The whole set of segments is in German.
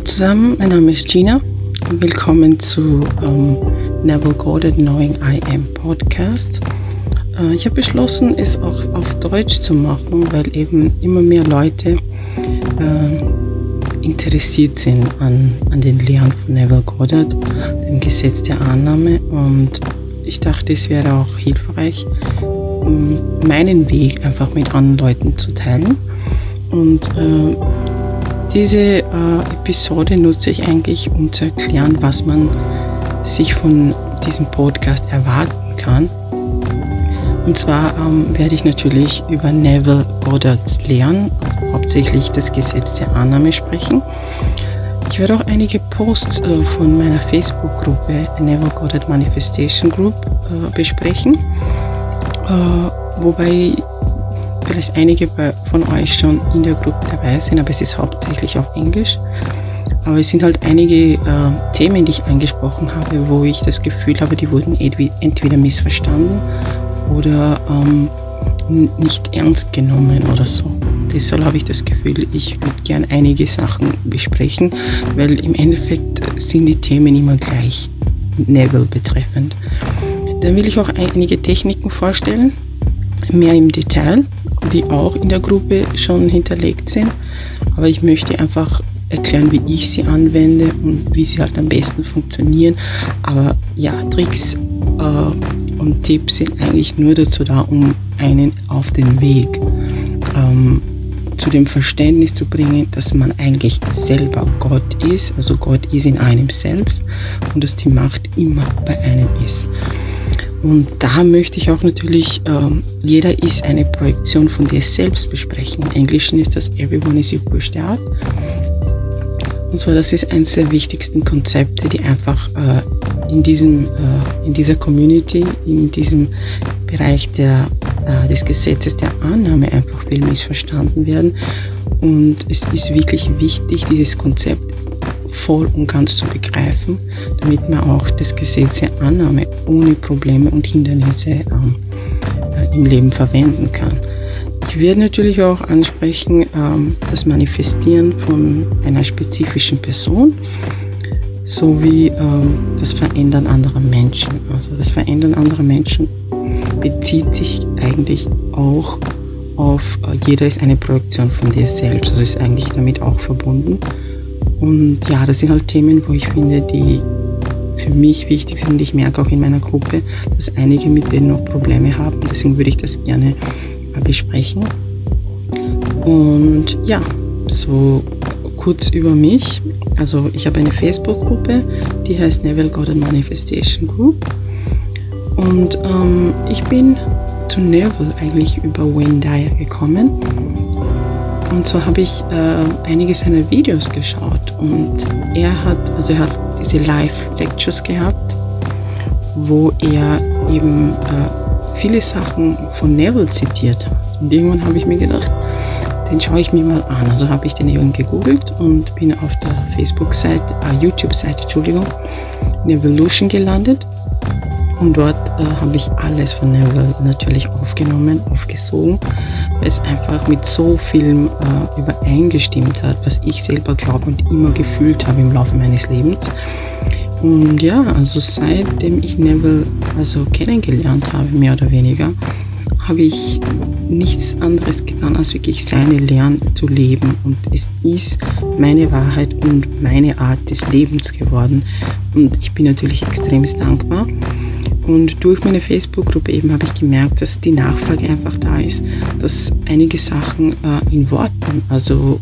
zusammen, mein Name ist Gina. Willkommen zu Neville Goddard Knowing I Am Podcast. Ich habe beschlossen, es auch auf Deutsch zu machen, weil eben immer mehr Leute interessiert sind an den Lehren von Neville Goddard, dem Gesetz der Annahme, und ich dachte, es wäre auch hilfreich, meinen Weg einfach mit anderen Leuten zu teilen. Und diese Episode nutze ich eigentlich, um zu erklären, was man sich von diesem Podcast erwarten kann. Und zwar werde ich natürlich über Neville Goddards Lehren, hauptsächlich das Gesetz der Annahme, sprechen. Ich werde auch einige Posts von meiner Facebook-Gruppe Neville Goddard Manifestation Group besprechen, wobei vielleicht einige von euch schon in der Gruppe dabei sind, aber es ist hauptsächlich auf Englisch. Aber es sind halt einige Themen, die ich angesprochen habe, wo ich das Gefühl habe, die wurden entweder missverstanden oder nicht ernst genommen oder so. Deshalb habe ich das Gefühl, ich würde gerne einige Sachen besprechen, weil im Endeffekt sind die Themen immer gleich, Neville betreffend. Dann will ich auch einige Techniken vorstellen, mehr im Detail, die auch in der Gruppe schon hinterlegt sind. Aber ich möchte einfach erklären, wie ich sie anwende und wie sie halt am besten funktionieren. Aber ja, Tricks und Tipps sind eigentlich nur dazu da, um einen auf den Weg zu dem Verständnis zu bringen, dass man eigentlich selber Gott ist. Also Gott ist in einem selbst und dass die Macht immer bei einem ist. Und da möchte ich auch natürlich, jeder ist eine Projektion von dir selbst besprechen. Im Englischen ist das Everyone is your first out. Und zwar, das ist eines der wichtigsten Konzepte, die einfach in dieser Community, in diesem Bereich des Gesetzes der Annahme einfach viel missverstanden werden. Und es ist wirklich wichtig, dieses Konzept voll und ganz zu begreifen, damit man auch das Gesetz der Annahme ohne Probleme und Hindernisse im Leben verwenden kann. Ich werde natürlich auch ansprechen, das Manifestieren von einer spezifischen Person sowie das Verändern anderer Menschen. Also das Verändern anderer Menschen bezieht sich eigentlich auch auf, jeder ist eine Projektion von dir selbst, also ist eigentlich damit auch verbunden. Und ja, das sind halt Themen, wo ich finde, die für mich wichtig sind, und ich merke auch in meiner Gruppe, dass einige mit denen noch Probleme haben, deswegen würde ich das gerne besprechen. Und ja, so kurz über mich. Also ich habe eine Facebook-Gruppe, die heißt Neville Goddard Manifestation Group, und ich bin zu Neville eigentlich über Wayne Dyer gekommen. Und zwar habe ich einige seiner Videos geschaut, und er hat diese Live-Lectures gehabt, wo er eben viele Sachen von Neville zitiert hat. Und irgendwann habe ich mir gedacht, den schaue ich mir mal an. Also habe ich den eben gegoogelt und bin auf der YouTube-Seite, Nevolution gelandet. Und dort habe ich alles von Neville natürlich aufgesogen, weil es einfach mit so vielem übereingestimmt hat, was ich selber glaube und immer gefühlt habe im Laufe meines Lebens. Und ja, also seitdem ich Neville kennengelernt habe, mehr oder weniger, habe ich nichts anderes getan, als wirklich seine Lehren zu leben. Und es ist meine Wahrheit und meine Art des Lebens geworden. Und ich bin natürlich extrem dankbar. Und durch meine Facebook-Gruppe eben habe ich gemerkt, dass die Nachfrage einfach da ist, dass einige Sachen in Worten, also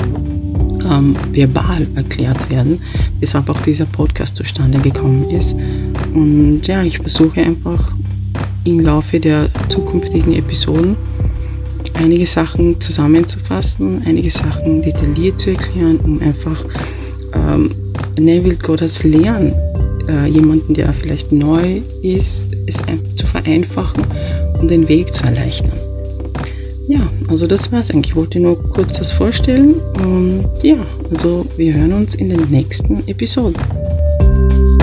verbal erklärt werden, weshalb auch dieser Podcast zustande gekommen ist. Und ja, ich versuche einfach im Laufe der zukünftigen Episoden einige Sachen zusammenzufassen, einige Sachen detailliert zu erklären, um einfach Neville Goddards Lehren jemanden, der vielleicht neu ist, es zu vereinfachen und den Weg zu erleichtern. Ja, also das war's eigentlich. Ich wollte nur kurz das vorstellen, und ja, also wir hören uns in den nächsten Episoden.